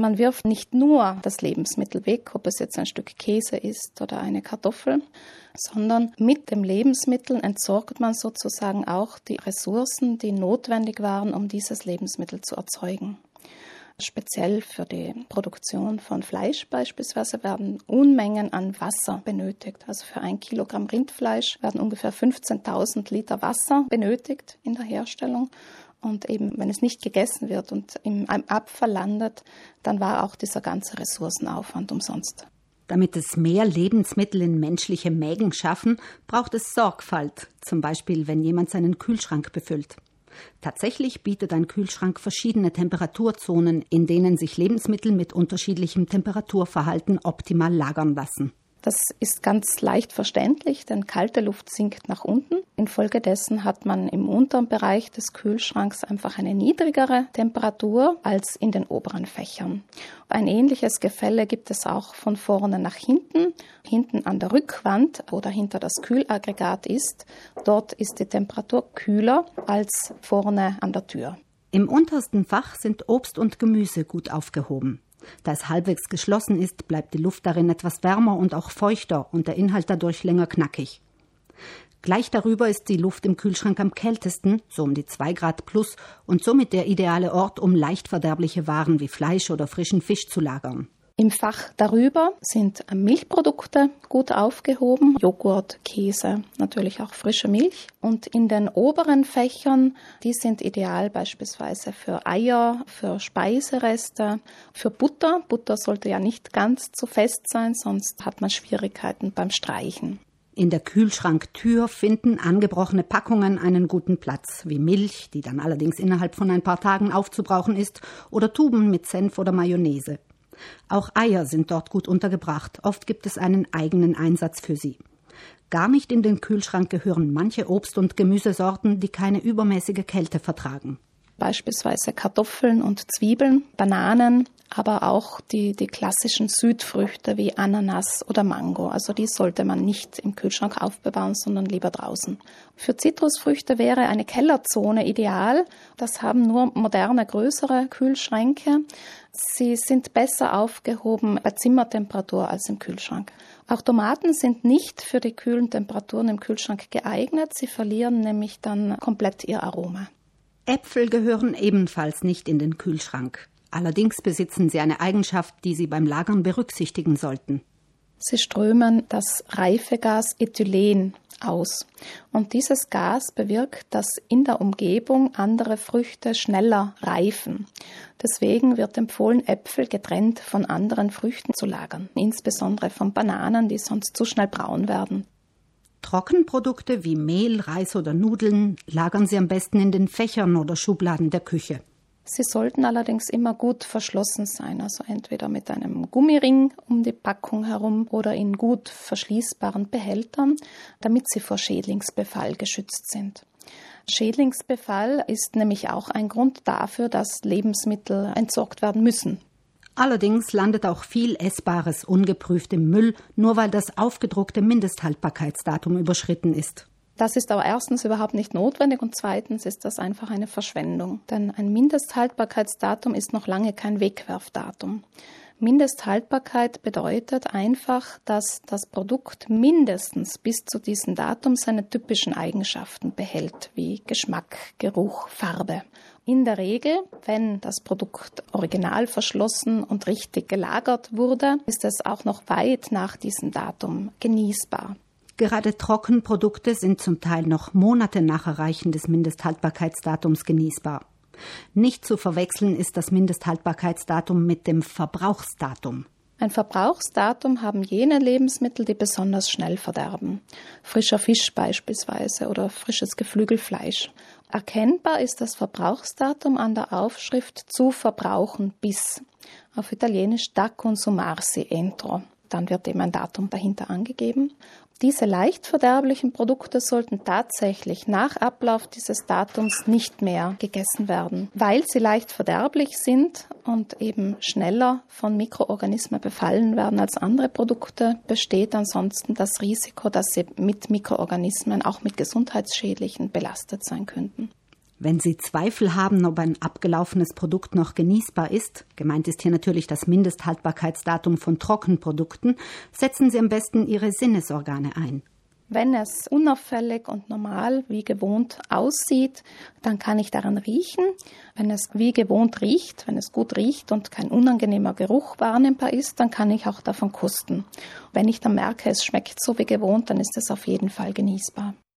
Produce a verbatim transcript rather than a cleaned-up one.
Man wirft nicht nur das Lebensmittel weg, ob es jetzt ein Stück Käse ist oder eine Kartoffel, sondern mit dem Lebensmittel entsorgt man sozusagen auch die Ressourcen, die notwendig waren, um dieses Lebensmittel zu erzeugen. Speziell für die Produktion von Fleisch beispielsweise werden Unmengen an Wasser benötigt. Also für ein Kilogramm Rindfleisch werden ungefähr fünfzehntausend Liter Wasser benötigt in der Herstellung. Und eben, wenn es nicht gegessen wird und im Abfall landet, dann war auch dieser ganze Ressourcenaufwand umsonst. Damit es mehr Lebensmittel in menschliche Mägen schaffen, braucht es Sorgfalt, zum Beispiel wenn jemand seinen Kühlschrank befüllt. Tatsächlich bietet ein Kühlschrank verschiedene Temperaturzonen, in denen sich Lebensmittel mit unterschiedlichem Temperaturverhalten optimal lagern lassen. Das ist ganz leicht verständlich, denn kalte Luft sinkt nach unten. Infolgedessen hat man im unteren Bereich des Kühlschranks einfach eine niedrigere Temperatur als in den oberen Fächern. Ein ähnliches Gefälle gibt es auch von vorne nach hinten. Hinten an der Rückwand oder hinter das Kühlaggregat ist, dort ist die Temperatur kühler als vorne an der Tür. Im untersten Fach sind Obst und Gemüse gut aufgehoben. Da es halbwegs geschlossen ist, bleibt die Luft darin etwas wärmer und auch feuchter und der Inhalt dadurch länger knackig. Gleich darüber ist die Luft im Kühlschrank am kältesten, so um die zwei Grad plus, und somit der ideale Ort, um leicht verderbliche Waren wie Fleisch oder frischen Fisch zu lagern. Im Fach darüber sind Milchprodukte gut aufgehoben, Joghurt, Käse, natürlich auch frische Milch. Und in den oberen Fächern, die sind ideal beispielsweise für Eier, für Speisereste, für Butter. Butter sollte ja nicht ganz zu fest sein, sonst hat man Schwierigkeiten beim Streichen. In der Kühlschranktür finden angebrochene Packungen einen guten Platz, wie Milch, die dann allerdings innerhalb von ein paar Tagen aufzubrauchen ist, oder Tuben mit Senf oder Mayonnaise. Auch Eier sind dort gut untergebracht. Oft gibt es einen eigenen Einsatz für sie. Gar nicht in den Kühlschrank gehören manche Obst- und Gemüsesorten, die keine übermäßige Kälte vertragen. Beispielsweise Kartoffeln und Zwiebeln, Bananen, aber auch die, die klassischen Südfrüchte wie Ananas oder Mango. Also die sollte man nicht im Kühlschrank aufbewahren, sondern lieber draußen. Für Zitrusfrüchte wäre eine Kellerzone ideal. Das haben nur moderne, größere Kühlschränke. Sie sind besser aufgehoben bei Zimmertemperatur als im Kühlschrank. Auch Tomaten sind nicht für die kühlen Temperaturen im Kühlschrank geeignet. Sie verlieren nämlich dann komplett ihr Aroma. Äpfel gehören ebenfalls nicht in den Kühlschrank. Allerdings besitzen sie eine Eigenschaft, die Sie beim Lagern berücksichtigen sollten. Sie strömen das Reifegas Ethylen aus. Und dieses Gas bewirkt, dass in der Umgebung andere Früchte schneller reifen. Deswegen wird empfohlen, Äpfel getrennt von anderen Früchten zu lagern, insbesondere von Bananen, die sonst zu schnell braun werden. Trockenprodukte wie Mehl, Reis oder Nudeln lagern Sie am besten in den Fächern oder Schubladen der Küche. Sie sollten allerdings immer gut verschlossen sein, also entweder mit einem Gummiring um die Packung herum oder in gut verschließbaren Behältern, damit sie vor Schädlingsbefall geschützt sind. Schädlingsbefall ist nämlich auch ein Grund dafür, dass Lebensmittel entsorgt werden müssen. Allerdings landet auch viel Essbares ungeprüft im Müll, nur weil das aufgedruckte Mindesthaltbarkeitsdatum überschritten ist. Das ist aber erstens überhaupt nicht notwendig und zweitens ist das einfach eine Verschwendung. Denn ein Mindesthaltbarkeitsdatum ist noch lange kein Wegwerfdatum. Mindesthaltbarkeit bedeutet einfach, dass das Produkt mindestens bis zu diesem Datum seine typischen Eigenschaften behält, wie Geschmack, Geruch, Farbe. In der Regel, wenn das Produkt original verschlossen und richtig gelagert wurde, ist es auch noch weit nach diesem Datum genießbar. Gerade Trockenprodukte sind zum Teil noch Monate nach Erreichen des Mindesthaltbarkeitsdatums genießbar. Nicht zu verwechseln ist das Mindesthaltbarkeitsdatum mit dem Verbrauchsdatum. Ein Verbrauchsdatum haben jene Lebensmittel, die besonders schnell verderben. Frischer Fisch beispielsweise oder frisches Geflügelfleisch. Erkennbar ist das Verbrauchsdatum an der Aufschrift zu verbrauchen bis. Auf Italienisch da consumarsi entro. Dann wird eben ein Datum dahinter angegeben. Diese leicht verderblichen Produkte sollten tatsächlich nach Ablauf dieses Datums nicht mehr gegessen werden. Weil sie leicht verderblich sind und eben schneller von Mikroorganismen befallen werden als andere Produkte, besteht ansonsten das Risiko, dass sie mit Mikroorganismen, auch mit gesundheitsschädlichen, belastet sein könnten. Wenn Sie Zweifel haben, ob ein abgelaufenes Produkt noch genießbar ist, gemeint ist hier natürlich das Mindesthaltbarkeitsdatum von Trockenprodukten, setzen Sie am besten Ihre Sinnesorgane ein. Wenn es unauffällig und normal wie gewohnt aussieht, dann kann ich daran riechen. Wenn es wie gewohnt riecht, wenn es gut riecht und kein unangenehmer Geruch wahrnehmbar ist, dann kann ich auch davon kosten. Wenn ich dann merke, es schmeckt so wie gewohnt, dann ist es auf jeden Fall genießbar.